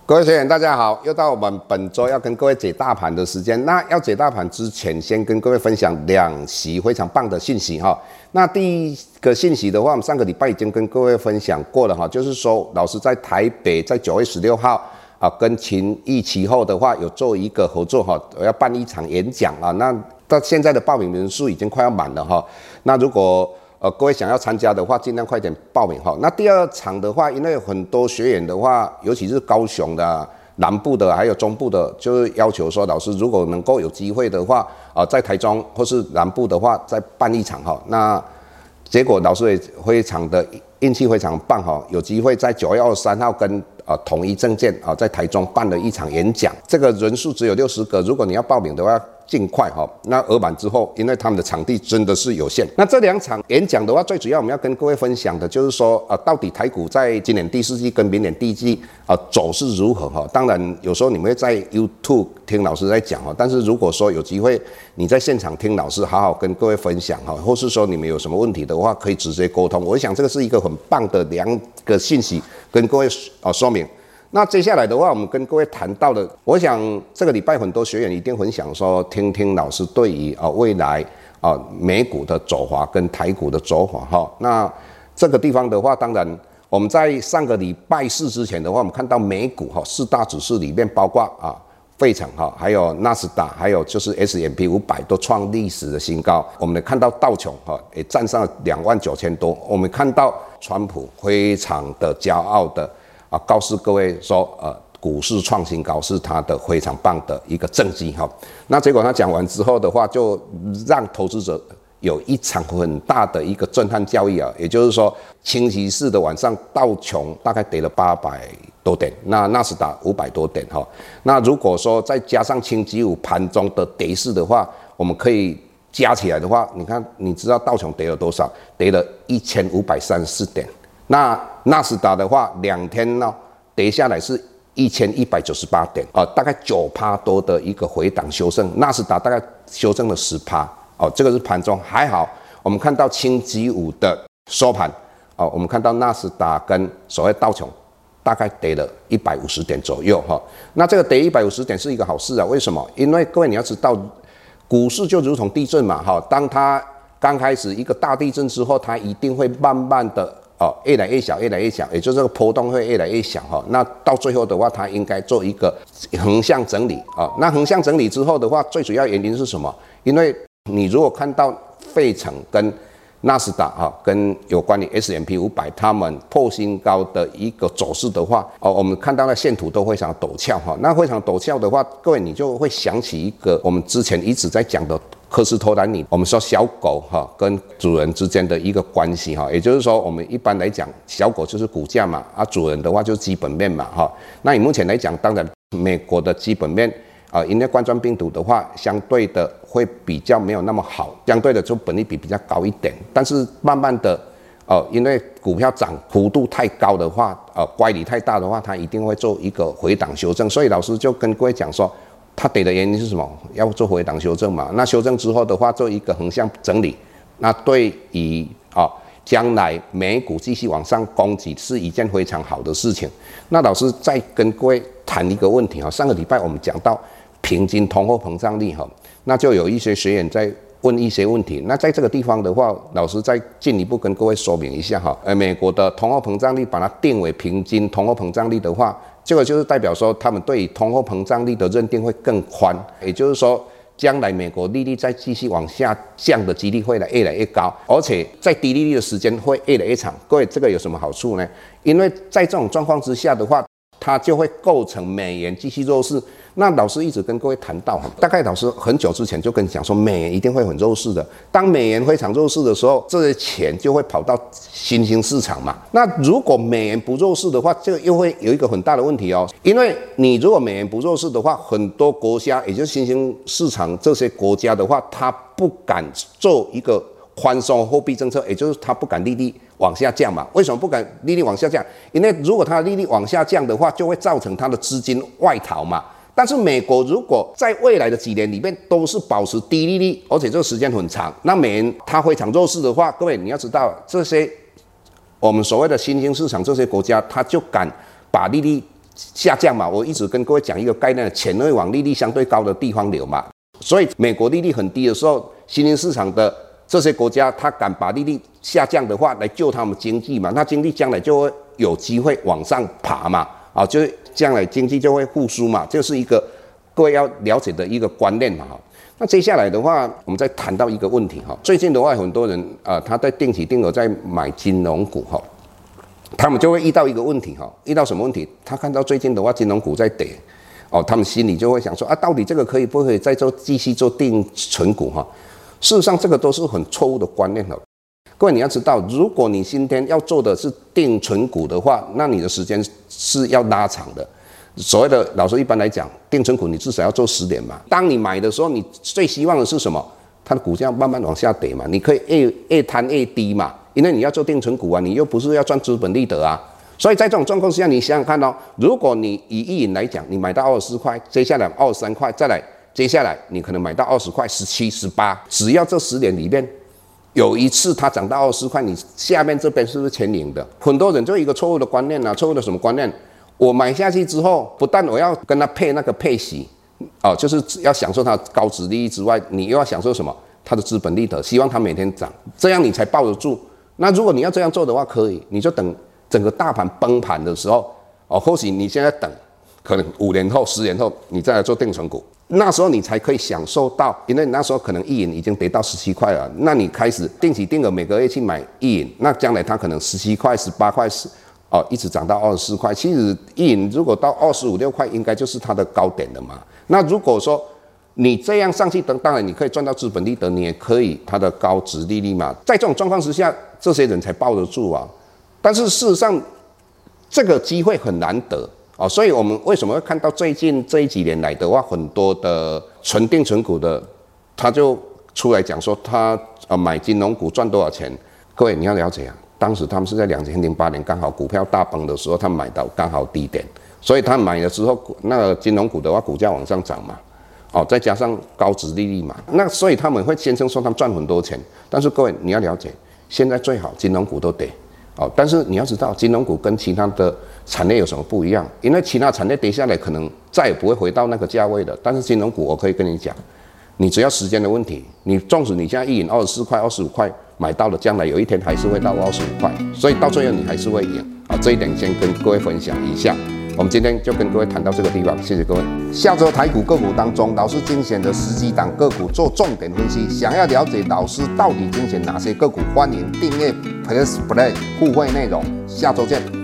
各位学员，大家好，又到我们本周要跟各位解大盘的时间。那要解大盘之前，先跟各位分享两席非常棒的信息哈。那第一个信息的话，我们上个礼拜已经跟各位分享过了哈，就是说老师在台北在9月16号啊，跟勤益期后的话有做一个合作哈，我要办一场演讲啊。那到现在的报名人数已经快要满了哈。那如果各位想要参加的话，尽量快点报名哈。那第二场的话，因为很多学员的话，尤其是高雄的、南部的，还有中部的，就是要求说，老师如果能够有机会的话，在台中或是南部的话，再办一场哈。那结果老师也非常的运气非常棒哈，有机会在9月23号跟统一证券在台中办了一场演讲，这个人数只有60个，如果你要报名的话，尽快哈。那额满之后，因为他们的场地真的是有限。那这两场演讲的话，最主要我们要跟各位分享的就是说，到底台股在今年第四季跟明年第一季走势如何哈？当然有时候你们会在 YouTube 听老师在讲哈，但是如果说有机会你在现场听老师好好跟各位分享哈，或是说你们有什么问题的话，可以直接沟通。我想这个是一个很棒的两个信息跟各位说明。那接下来的话，我们跟各位谈到的，我想这个礼拜很多学员一定很想说，听听老师对于未来美股的走法跟台股的走法哈。那这个地方的话，当然我们在上个礼拜四之前的话，我们看到美股4大指数里面，包括费城还有纳斯达，还有就是 S&P 500都创历史的新高。我们看到道琼也站上了29000多。我们看到川普非常的骄傲的告诉各位说，股市创新高是他的非常棒的一个政绩哈。那结果他讲完之后的话，就让投资者有一场很大的一个震撼教育啊。也就是说，星期四的晚上，道琼大概跌了800多点，那纳斯达500多点哈。那如果说再加上星期五盘中的跌势的话，我们可以加起来的话，你看，你知道道琼跌了多少？跌了1534点。那纳斯达的话，2天呢跌下来是1198点，大概9%多的一个回档修正，纳斯达大概修正了10%，这个是盘中还好。我们看到星期五的收盘，我们看到纳斯达跟所谓道琼大概跌了150点左右哈。那这个跌150点是一个好事啊，为什么？因为各位你要知道，股市就如同地震嘛哈，当它刚开始一个大地震之后，它一定会慢慢的越来越小，越来越小，也就是这个波动会越来越小哈。那到最后的话，它应该做一个横向整理啊。那横向整理之后的话，最主要原因是什么？因为你如果看到费城跟纳斯达跟有关于 S&P 500他们破新高的一个走势的话，我们看到的线图都非常陡峭哈。那非常陡峭的话，各位你就会想起一个我们之前一直在讲的科斯托兰尼，我们说小狗跟主人之间的一个关系哈，也就是说我们一般来讲，小狗就是股价嘛，主人的话就是基本面嘛哈。那以目前来讲，当然美国的基本面因为冠状病毒的话，相对的会比较没有那么好，相对的就本益比比较高一点。但是慢慢的，因为股票涨幅度太高的话，乖离太大的话，它一定会做一个回档修正。所以老师就跟各位讲说，它跌的原因是什么？要做回档修正嘛。那修正之后的话，做一个横向整理，那对于将来美股继续往上攻击是一件非常好的事情。那老师再跟各位谈一个问题上个礼拜我们讲到平均通货膨胀率那就有一些学员在问一些问题。那在这个地方的话，老师再进一步跟各位说明一下美国的通货膨胀率把它定为平均通货膨胀率的话，这个就是代表说他们对于通货膨胀率的认定会更宽，也就是说将来美国利率再继续往下降的几率会越来越高，而且在低利率的时间会越来越长。各位，这个有什么好处呢？因为在这种状况之下的话，它就会构成美元继续弱势。那老师一直跟各位谈到，大概老师很久之前就跟你讲说，美元一定会很弱势的。当美元非常弱势的时候，这些钱就会跑到新兴市场嘛。那如果美元不弱势的话，这个又会有一个很大的问题因为你如果美元不弱势的话，很多国家，也就是新兴市场这些国家的话，它不敢做一个宽松货币政策，也就是它不敢利率往下降嘛。为什么不敢利率往下降？因为如果它的利率往下降的话，就会造成它的资金外逃嘛。但是美国如果在未来的几年里面都是保持低利率，而且这个时间很长，那美元它非常弱势的话，各位你要知道，这些我们所谓的新兴市场这些国家，它就敢把利率下降嘛，我一直跟各位讲一个概念，钱会往利率相对高的地方流嘛。所以美国利率很低的时候，新兴市场的这些国家，他敢把利率下降的话，来救他们经济嘛，那经济将来就会有机会往上爬嘛，啊，就是将来经济就会复苏嘛，这是一个各位要了解的一个观念嘛。那接下来的话，我们再谈到一个问题哈，最近的话，很多人他在定期定额在买金融股哈，他们就会遇到一个问题哈，遇到什么问题？他看到最近的话，金融股在跌。哦，他们心里就会想说啊，到底这个可以不可以再继续做定存股哈？事实上，这个都是很错误的观念了。各位你要知道，如果你今天要做的是定存股的话，那你的时间是要拉长的。所谓的老师一般来讲，定存股你至少要做10年嘛。当你买的时候，你最希望的是什么？它的股价慢慢往下跌嘛，你可以越摊越低嘛，因为你要做定存股啊，你又不是要赚资本利得啊。所以在这种状况之下，你想想看哦，如果你以一银来讲，你买到24块，接下来23块，再来接下来你可能买到20块、17、18，只要这10年里面有一次它涨到24块，你下面这边是不是全赢的？很多人就一个错误的观念啊，错误的什么观念？我买下去之后，不但我要跟他配那个配息，哦，就是要享受它高殖利率之外，你又要享受什么？它的资本利得，希望它每天涨，这样你才抱得住。那如果你要这样做的话，可以，你就等整个大盘崩盘的时候，哦，或许你现在等，可能5年后、10年后，你再来做定存股，那时候你才可以享受到，因为你那时候可能一银已经跌到17块了，那你开始定期定额每个月去买一银，那将来它可能17块、18块，哦，一直涨到24块。其实一银如果到25、6块，应该就是它的高点了嘛。那如果说你这样上去，当然你可以赚到资本利得，你也可以它的高殖利率嘛。在这种状况之下，这些人才抱得住啊。但是事实上，这个机会很难得哦，所以我们为什么会看到最近这几年来的话，很多的纯定存股的，他就出来讲说他买金融股赚多少钱。各位你要了解啊，当时他们是在2008年刚好股票大崩的时候，他们买到刚好低点，所以他买的时候，那个金融股的话，股价往上涨嘛，哦，再加上高殖利率嘛，那所以他们会宣称说他们赚很多钱。但是各位你要了解，现在最好金融股都跌。哦，但是你要知道，金融股跟其他的产业有什么不一样？因为其他产业跌下来，可能再也不会回到那个价位的。但是金融股，我可以跟你讲，你只要时间的问题，你纵使你现在一银24块、25块买到了，将来有一天还是会到25块，所以到最后你还是会赢啊。这一点先跟各位分享一下。我们今天就跟各位谈到这个地方，谢谢各位。下周台股个股当中，老师精选的10几档个股做重点分析。想要了解老师到底精选哪些个股，欢迎订阅 Plus Play 互惠内容。下周见。